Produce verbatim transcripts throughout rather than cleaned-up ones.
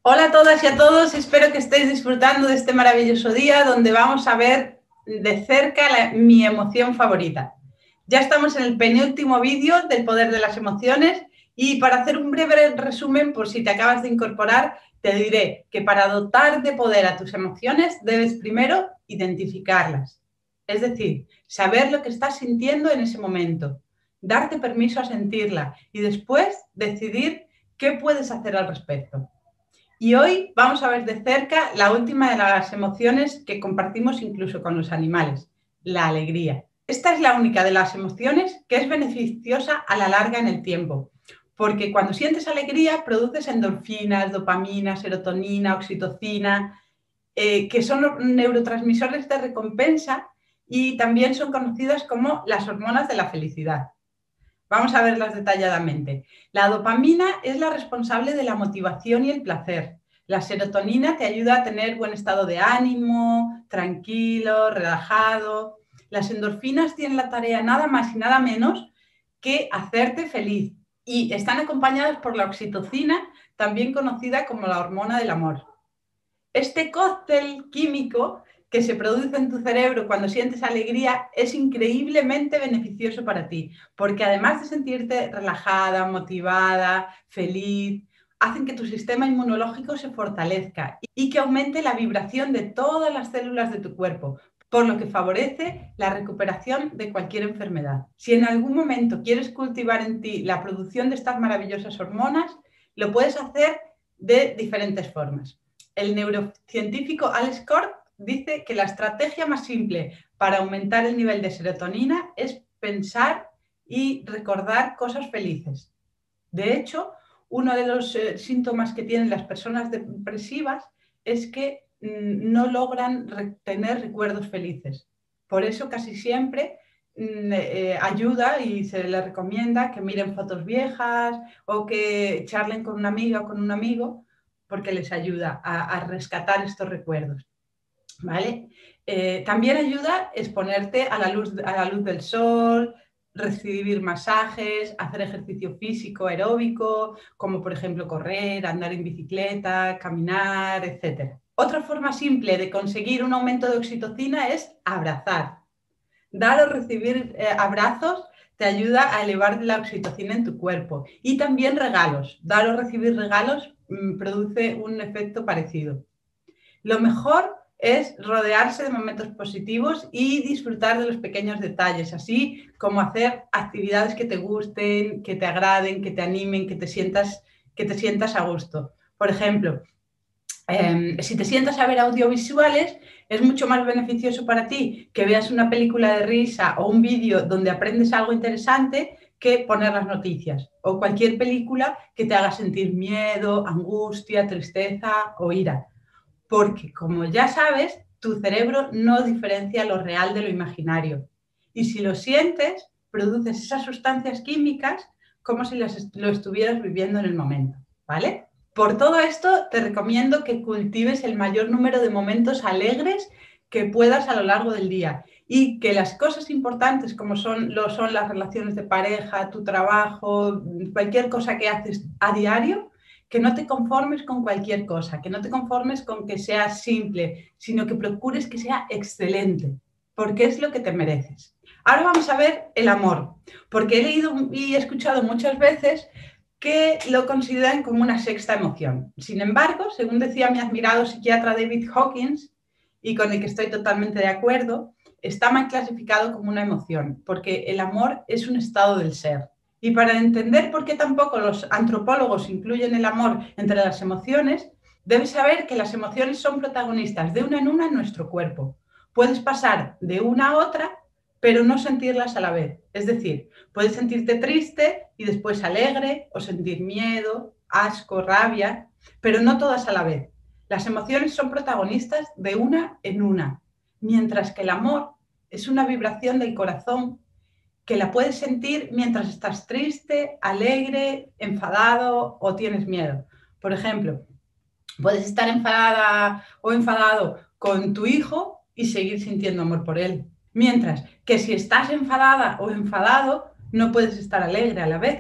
Hola a todas y a todos, espero que estéis disfrutando de este maravilloso día donde vamos a ver de cerca la, mi emoción favorita. Ya estamos en el penúltimo vídeo del poder de las emociones y para hacer un breve resumen, por si te acabas de incorporar, te diré que para dotar de poder a tus emociones debes primero identificarlas, es decir, saber lo que estás sintiendo en ese momento, darte permiso a sentirla y después decidir qué puedes hacer al respecto. Y hoy vamos a ver de cerca la última de las emociones que compartimos incluso con los animales, la alegría. Esta es la única de las emociones que es beneficiosa a la larga en el tiempo, porque cuando sientes alegría produces endorfinas, dopamina, serotonina, oxitocina, eh, que son neurotransmisores de recompensa y también son conocidas como las hormonas de la felicidad. Vamos a verlas detalladamente. La dopamina es la responsable de la motivación y el placer. La serotonina te ayuda a tener buen estado de ánimo, tranquilo, relajado. Las endorfinas tienen la tarea nada más y nada menos que hacerte feliz y están acompañadas por la oxitocina, también conocida como la hormona del amor. Este cóctel químico que se produce en tu cerebro cuando sientes alegría es increíblemente beneficioso para ti, porque además de sentirte relajada, motivada, feliz, hacen que tu sistema inmunológico se fortalezca y que aumente la vibración de todas las células de tu cuerpo, por lo que favorece la recuperación de cualquier enfermedad. Si en algún momento quieres cultivar en ti la producción de estas maravillosas hormonas, lo puedes hacer de diferentes formas. El neurocientífico Alex Corp dice que la estrategia más simple para aumentar el nivel de serotonina es pensar y recordar cosas felices. De hecho, uno de los eh, síntomas que tienen las personas depresivas es que mm, no logran re tener recuerdos felices. Por eso casi siempre mm, eh, ayuda y se le recomienda que miren fotos viejas o que charlen con una amiga o con un amigo porque les ayuda a, a rescatar estos recuerdos. ¿Vale? Eh, también ayuda exponerte a la, luz, a la luz del sol, recibir masajes, hacer ejercicio físico aeróbico, como por ejemplo correr, andar en bicicleta, caminar, etcétera. Otra forma simple de conseguir un aumento de oxitocina es abrazar. Dar o recibir eh, abrazos te ayuda a elevar la oxitocina en tu cuerpo. Y también regalos. Dar o recibir regalos mmm, produce un efecto parecido. Lo mejor es rodearse de momentos positivos y disfrutar de los pequeños detalles, así como hacer actividades que te gusten, que te agraden, que te animen, que te sientas, que te sientas a gusto. Por ejemplo, eh, si te sientas a ver audiovisuales, es mucho más beneficioso para ti que veas una película de risa o un vídeo donde aprendes algo interesante que poner las noticias o cualquier película que te haga sentir miedo, angustia, tristeza o ira. Porque, como ya sabes, tu cerebro no diferencia lo real de lo imaginario. Y si lo sientes, produces esas sustancias químicas como si lo estuvieras viviendo en el momento, ¿vale? Por todo esto, te recomiendo que cultives el mayor número de momentos alegres que puedas a lo largo del día y que las cosas importantes como son, lo son las relaciones de pareja, tu trabajo, cualquier cosa que haces a diario, que no te conformes con cualquier cosa, que no te conformes con que sea simple, sino que procures que sea excelente, porque es lo que te mereces. Ahora vamos a ver el amor, porque he leído y he escuchado muchas veces que lo consideran como una sexta emoción. Sin embargo, según decía mi admirado psiquiatra David Hawkins, y con el que estoy totalmente de acuerdo, está mal clasificado como una emoción, porque el amor es un estado del ser. Y para entender por qué tampoco los antropólogos incluyen el amor entre las emociones, debes saber que las emociones son protagonistas de una en una en nuestro cuerpo. Puedes pasar de una a otra, pero no sentirlas a la vez. Es decir, puedes sentirte triste y después alegre, o sentir miedo, asco, rabia, pero no todas a la vez. Las emociones son protagonistas de una en una, mientras que el amor es una vibración del corazón que la puedes sentir mientras estás triste, alegre, enfadado o tienes miedo. Por ejemplo, puedes estar enfadada o enfadado con tu hijo y seguir sintiendo amor por él. Mientras que si estás enfadada o enfadado, no puedes estar alegre a la vez.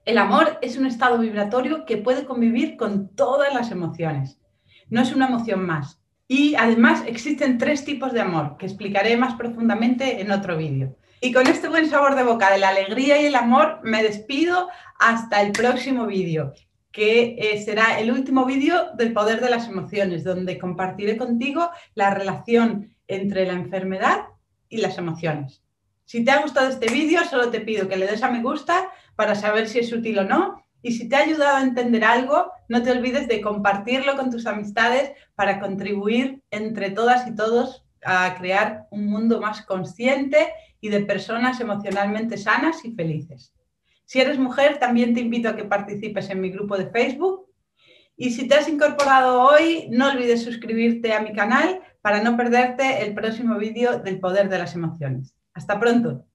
El amor es un estado vibratorio que puede convivir con todas las emociones. No es una emoción más. Y además existen tres tipos de amor, que explicaré más profundamente en otro vídeo. Y con este buen sabor de boca de la alegría y el amor, me despido hasta el próximo vídeo, que eh, será el último vídeo del poder de las emociones, donde compartiré contigo la relación entre la enfermedad y las emociones. Si te ha gustado este vídeo, solo te pido que le des a me gusta para saber si es útil o no. Y si te ha ayudado a entender algo, no te olvides de compartirlo con tus amistades para contribuir entre todas y todos a crear un mundo más consciente y de personas emocionalmente sanas y felices. Si eres mujer, también te invito a que participes en mi grupo de Facebook. Y si te has incorporado hoy, no olvides suscribirte a mi canal para no perderte el próximo vídeo del poder de las emociones. Hasta pronto.